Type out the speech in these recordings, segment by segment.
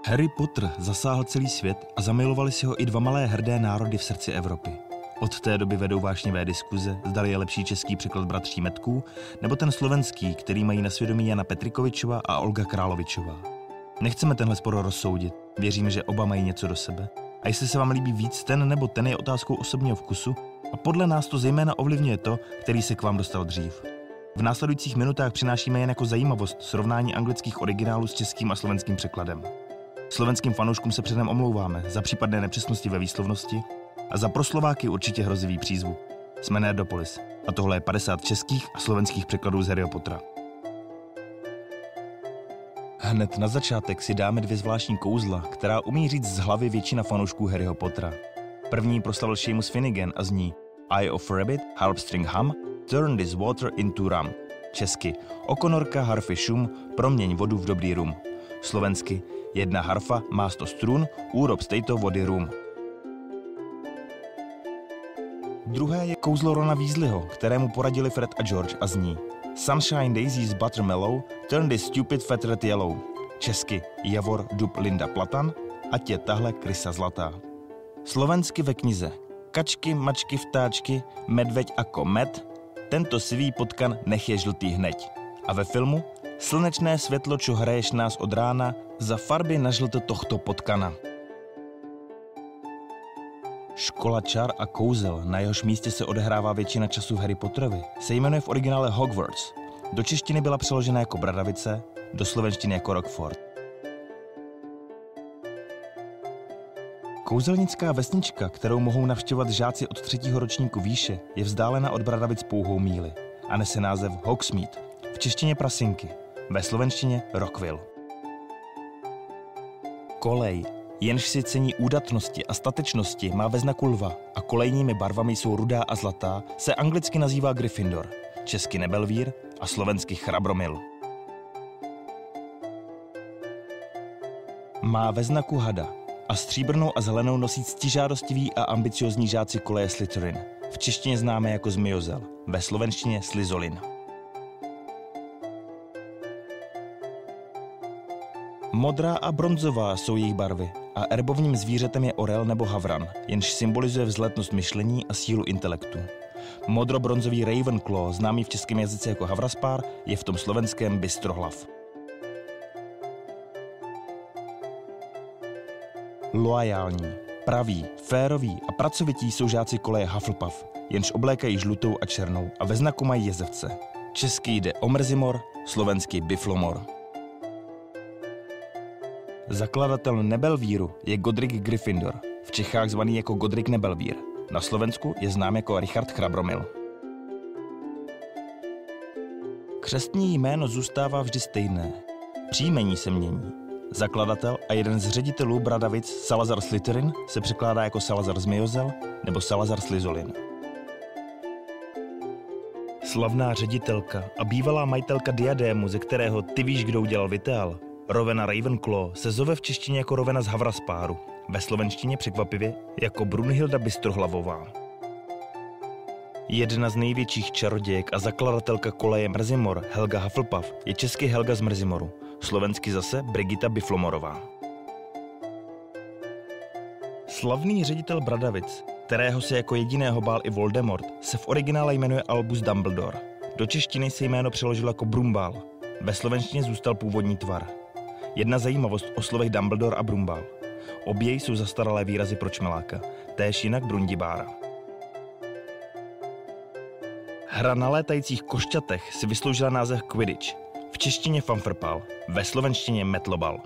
Harry Potter zasáhl celý svět a zamilovali si ho i dva malé hrdé národy v srdci Evropy. Od té doby vedou vášnivé diskuze, zdali je lepší český překlad Bratří Metků, nebo ten slovenský, který mají na svědomí Jana Petrikovičova a Olga Královičová. Nechceme tenhle spor rozsoudit, věříme, že oba mají něco do sebe. A jestli se vám líbí víc ten nebo ten, je otázkou osobního vkusu a podle nás to zejména ovlivňuje to, který se k vám dostal dřív. V následujících minutách přinášíme jen jako zajímavost srovnání anglických originálů s českým a slovenským překladem. Slovenským fanouškům se předem omlouváme za případné nepřesnosti ve výslovnosti a za pro Slováky určitě hrozivý přízvuk. Jsme Nerdopolis a tohle je 50 českých a slovenských překladů z Harryho Pottera. Hned na začátek si dáme dvě zvláštní kouzla, která umí říct z hlavy většina fanoušků Harryho Pottera. První proslavil Seamus Finnegan a zní Eye of Rabbit, Harpstring Hum, Turn this water into rum. Česky Okonorka, harfy šum, proměň vodu v dobrý rum. Slovensky jedna harfa má 100 strun, úrob z této vody rum. Druhé je kouzlo Rona Weasleyho, kterému poradili Fred a George a zní Sunshine daisies buttermellow, turn this stupid fat red yellow. Česky Javor, dub, Linda, platan, ať je tahle krysa zlatá. Slovensky ve knize Kačky, mačky, vtáčky, medveď a komet, tento sivý potkan nech je žltý hneď. A ve filmu Slnečné světlo, čo hraješ nás od rána, za farby na žlto tohto potkana. Škola čar a kouzel, na jehož místě se odehrává většina času v Harry Potterovi, se jmenuje v originále Hogwarts. Do češtiny byla přeložena jako Bradavice, do slovenštiny jako Rockford. Kouzelnická vesnička, kterou mohou navštěvovat žáci od 3. ročníku výše, je vzdálena od Bradavic pouhou míli a nese název Hogsmeade, v češtině Prasinky, ve slovenštině Rockville. Kolej, jenž si cení údatnosti a statečnosti, má ve znaku lva a kolejními barvami jsou rudá a zlatá, se anglicky nazývá Gryffindor, česky Nebelvír a slovensky Chrabromil. Má ve znaku hada a stříbrnou a zelenou nosí ctižádostiví a ambiciozní žáci koleje Slytherin, v češtině známé jako Zmiozel, ve slovenštině Slizolin. Modrá a bronzová jsou jejich barvy a erbovním zvířetem je orel nebo havran, jenž symbolizuje vzletnost myšlení a sílu intelektu. Modro-bronzový Ravenclaw, známý v českém jazyce jako havraspár, je v tom slovenském bystrohlav. Loajální, praví, féroví a pracovití jsou žáci koleje Hufflepuff, jenž oblékají žlutou a černou a ve znaku mají jezevce. Česky jde o Mrzimor, slovensky Biflomor. Zakladatel Nebelvíru je Godric Gryffindor, v Čechách zvaný jako Godric Nebelvír. Na Slovensku je znám jako Richard Chrabromil. Křestní jméno zůstává vždy stejné. Příjmení se mění. Zakladatel a jeden z ředitelů Bradavic Salazar Slytherin se překládá jako Salazar Zmiozel nebo Salazar Slizolin. Slavná ředitelka a bývalá majitelka diadému, ze kterého ty víš, kdo udělal Viteal, Rowena Ravenclaw, se zove v češtině jako Rowena z Havraspáru, ve slovenštině překvapivě jako Brunhilda Bystrohlavová. Jedna z největších čarodějek a zakladatelka koleje Mrzimor, Helga Hufflepuff, je česky Helga z Mrzimoru, slovensky zase Brigita Biflomorová. Slavný ředitel Bradavic, kterého se jako jediného bál i Voldemort, se v originále jmenuje Albus Dumbledore. Do češtiny se jméno přeložilo jako Brumbál. Ve slovenštině zůstal původní tvar. Jedna zajímavost o slovech Dumbledore a Brumbál. Obě jsou zastaralé výrazy pro čmeláka, též jinak Brundibára. Hra na létajících košťatech si vysloužila název Quidditch, v češtině Fanfrpál, ve slovenštině Metlobal.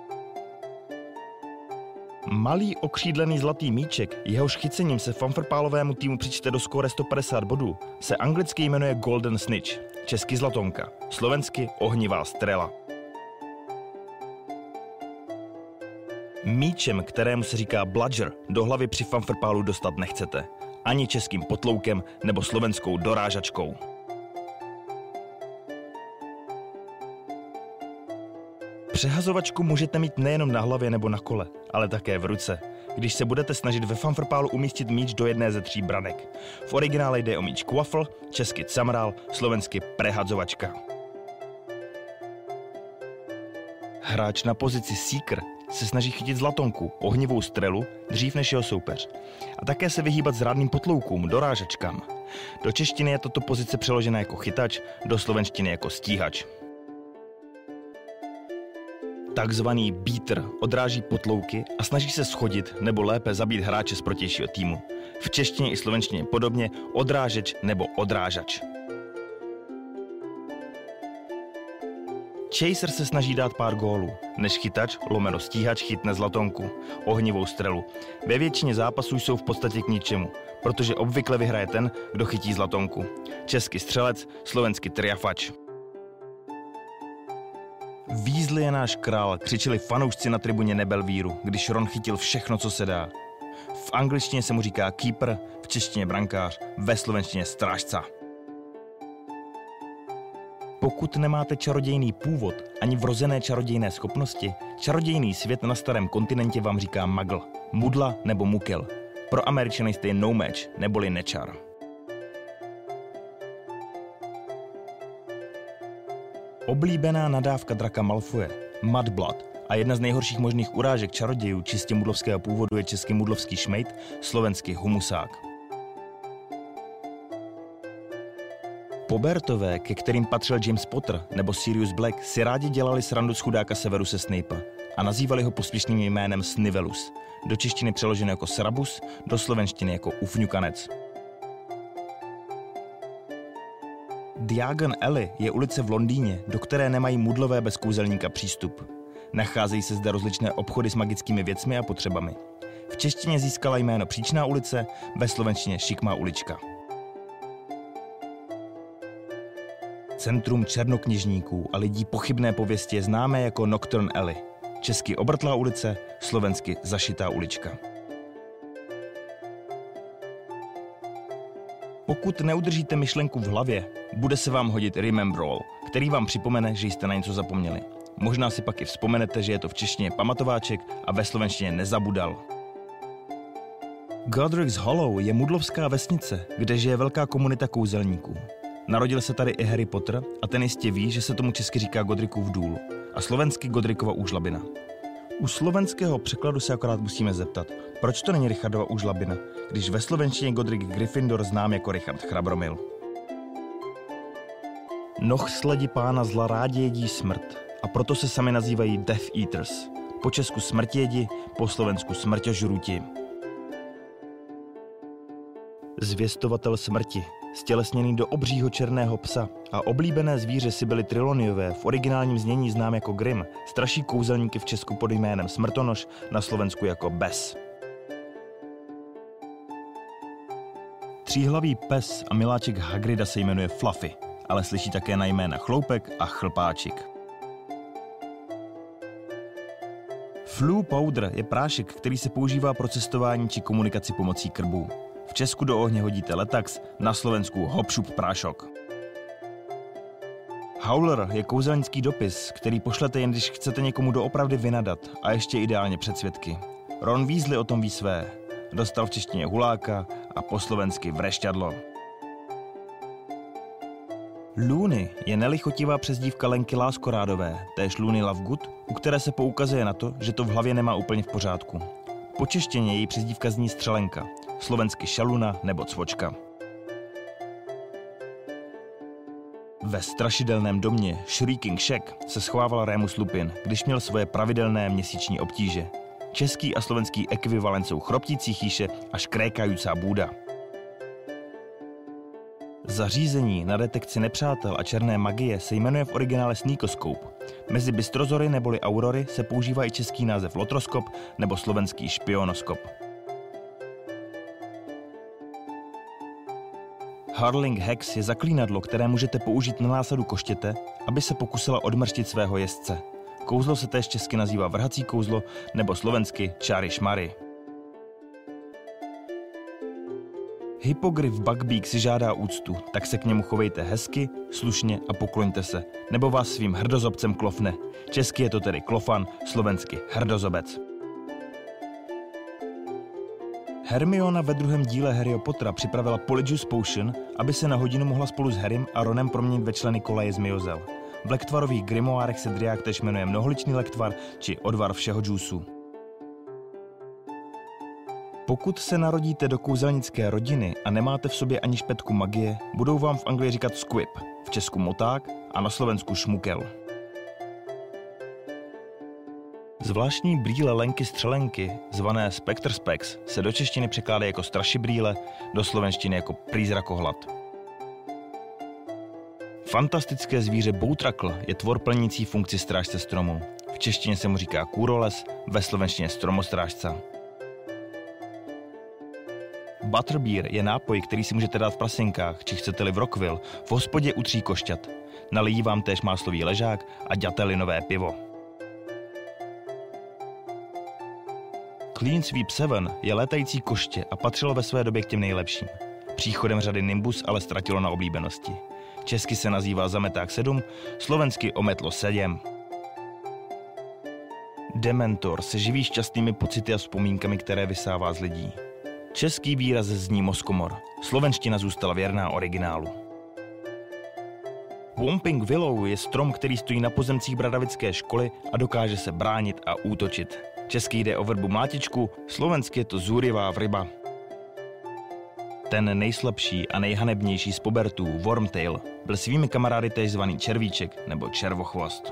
Malý okřídlený zlatý míček, jehož chycením se fanfrpálovému týmu přičte do skóre 150 bodů, se anglicky jmenuje Golden Snitch, česky zlatonka, slovensky ohnivá strela. Míčem, kterému se říká bludger, do hlavy při fanfrpálu dostat nechcete. Ani českým potloukem nebo slovenskou dorážačkou. Přehazovačku můžete mít nejenom na hlavě nebo na kole, ale také v ruce, když se budete snažit ve fanfrpálu umístit míč do jedné ze 3 branek. V originále jde o míč quaffle, česky camrál, slovensky prehazovačka. Hráč na pozici Seeker, se snaží chytit zlatonku, ohnivou strelu, dřív než jeho soupeř. A také se vyhýbat zrádným potloukům, dorážečkám. Do češtiny je tato pozice přeložena jako chytač, do slovenštiny jako stíhač. Takzvaný beater odráží potlouky a snaží se shodit nebo lépe zabít hráče z protějšího týmu. V češtině i slovenštině podobně odrážeč nebo odrážač. Chaser se snaží dát pár gólů, než chytač lomeno stíhač chytne zlatonku, ohnivou strelu. Ve většině zápasů jsou v podstatě k ničemu, protože obvykle vyhraje ten, kdo chytí zlatonku. Český střelec, slovenský triafač. Weasley je náš král, křičeli fanoušci na tribuně Nebelvíru, když Ron chytil všechno, co se dá. V angličtině se mu říká keeper, v češtině brankář, ve slovenštině strážca. Pokud nemáte čarodějný původ ani vrozené čarodějné schopnosti, čarodějný svět na starém kontinentě vám říká magl, mudla nebo mukel. Pro Američany jste no match neboli nečar. Oblíbená nadávka Draka Malfoje, Mudblood, a jedna z nejhorších možných urážek čarodějů čistě mudlovského původu je český mudlovský šmejd, slovenský humusák. Pobertové, ke kterým patřil James Potter nebo Sirius Black, si rádi dělali srandu z chudáka Severuse Snapea a nazývali ho pospěšným jménem Snivelus, do češtiny přeloženo jako Srabus, do slovenštiny jako Ufňukanec. Diagon Alley je ulice v Londýně, do které nemají mudlové bez kouzelníka přístup. Nacházejí se zde rozličné obchody s magickými věcmi a potřebami. V češtině získala jméno Příčná ulice, ve slovenštině Šikmá ulička. Centrum černokněžníků a lidí pochybné pověsti je známé jako Nocturne Alley. Česky Obrtlá ulice, slovensky Zašitá ulička. Pokud neudržíte myšlenku v hlavě, bude se vám hodit Remember All, který vám připomene, že jste na něco zapomněli. Možná si pak i vzpomenete, že je to v češtině pamatováček a ve slovenštině nezabudal. Godric's Hollow je mudlovská vesnice, kde žije velká komunita kouzelníků. Narodil se tady i Harry Potter a ten jistě ví, že se tomu česky říká Godricův důl a slovensky Godricova úžlabina. U slovenského překladu se akorát musíme zeptat, proč to není Richardova úžlabina, když ve slovenštině Godric Gryffindor znám jako Richard Chrabromil. Nohsledi pána zla rádi jedí smrt a proto se sami nazývají Death Eaters. Po česku smrtědi, po slovensku smrťožruti. Zvěstovatel smrti, stělesněný do obřího černého psa a oblíbené zvíře Sibyly Trelawneyové, v originálním znění znám jako Grimm, straší kouzelníky v Česku pod jménem Smrtonoš, na Slovensku jako Bes. Tříhlavý pes a miláček Hagrida se jmenuje Fluffy, ale slyší také na jména Chloupek a Chlpáčik. Flue powder je prášek, který se používá pro cestování či komunikaci pomocí krbů. V Česku do ohně hodíte letax, na Slovensku hopšup prášok. Howler je kouzelnický dopis, který pošlete jen když chcete někomu doopravdy vynadat a ještě ideálně před svědky. Ron Weasley o tom ví své. Dostal v češtině huláka a po slovensky vrešťadlo. Loony je nelichotivá přezdívka Lenky Láskorádové, též Loony Lovegood, u které se poukazuje na to, že to v hlavě nemá úplně v pořádku. Po češtině její přezdívka zní Střelenka, slovensky Šaluna nebo Cvočka. Ve strašidelném domě Shrieking Shack se schovával Remus Lupin, když měl svoje pravidelné měsíční obtíže. Český a slovenský ekvivalent jsou Chroptící chýše a Škrékající bůda. Zařízení na detekci nepřátel a černé magie se jmenuje v originále Sneakoscope. Mezi bystrozory neboli aurory se používá i český název Lotroskop nebo slovenský Špionoskop. Hurling Hex je zaklínadlo, které můžete použít na násadu koštěte, aby se pokusila odmrštit svého jezdce. Kouzlo se též česky nazývá vrhací kouzlo nebo slovensky čáry šmary. Hypogryf Buckbeak si žádá úctu, tak se k němu chovejte hezky, slušně a pokloňte se, nebo vás svým hrdozobcem klofne. Česky je to tedy klofan, slovensky hrdozobec. Hermiona ve druhém díle Harryho Pottera připravila Polyjuice Potion, aby se na hodinu mohla spolu s Harrym a Ronem proměnit ve členy koleje Zmijozel. v lektvarových grimoárech se dryák též jmenuje mnoholičný lektvar či odvar všeho džusu. Pokud se narodíte do kouzelnické rodiny a nemáte v sobě ani špetku magie, budou vám v Anglii říkat squib, v Česku moták a na Slovensku šmukel. Zvláštní brýle Lenky Střelenky, zvané Spectre Specs, se do češtiny překládají jako strašibrýle, do slovenštiny jako přízrakohlad. Fantastické zvíře boutrakl je tvor plnící funkci strážce stromů. V češtině se mu říká kůroles, ve slovenštině stromostrážca. Butterbeer je nápoj, který si můžete dát v prasinkách, či chcete-li v Rockville, v hospodě u Tří košťat. Nalijí vám též máslový ležák a ďatelinové pivo. Clean Sweep 7 je létající koště a patřilo ve své době k těm nejlepším. Příchodem řady Nimbus ale ztratilo na oblíbenosti. Česky se nazývá Zameták 7, slovensky Ometlo 7. Dementor se živí šťastnými pocity a vzpomínkami, které vysává z lidí. Český výraz zní mozkomor, slovenština zůstala věrná originálu. Whomping Willow je strom, který stojí na pozemcích Bradavické školy a dokáže se bránit a útočit. Česky jde o vrbu mlátičku, slovensky je to zůrivá ryba. Ten nejslabší a nejhanebnější z pobertů, Wormtail, byl svými kamarády též zvaný červíček nebo červochvost.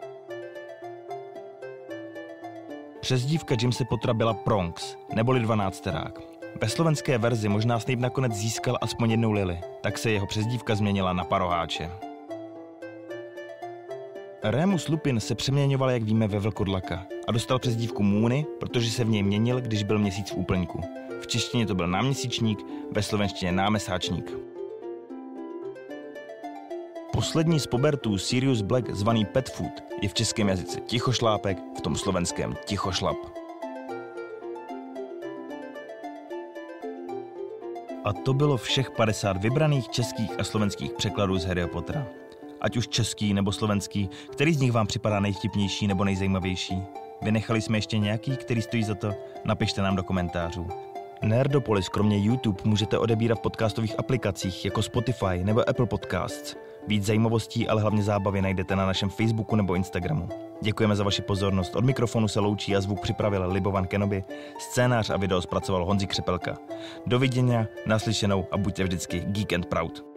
Přezdívka Jamese Pottera byla Pronx, neboli 12terák. Ve slovenské verzi možná Snape nakonec získal aspoň jednou Lily, tak se jeho přezdívka změnila na Paroháče. Remus Lupin se přeměňoval, jak víme, ve vlkodlaka a dostal přezdívku Moony, protože se v něj měnil, když byl měsíc v úplňku. V češtině to byl náměsíčník, ve slovenštině námesáčník. Poslední z pobertů Sirius Black, zvaný Petfoot, je v českém jazyce tichošlápek, v tom slovenském tichošlap. A to bylo všech 50 vybraných českých a slovenských překladů z Harryho Pottera. Ať už český nebo slovenský, který z nich vám připadá nejvtipnější nebo nejzajímavější? Vynechali jsme ještě nějaký, který stojí za to? Napište nám do komentářů. Nerdopolis kromě YouTube můžete odebírat v podcastových aplikacích jako Spotify nebo Apple Podcasts. Víc zajímavostí, ale hlavně zábavy najdete na našem Facebooku nebo Instagramu. Děkujeme za vaši pozornost. Od mikrofonu se loučí a zvuk připravil Libovan Kenobi, scénář a video zpracoval Honzi Křepelka. Do vidění, naslyšenou a buďte vždycky geek and proud.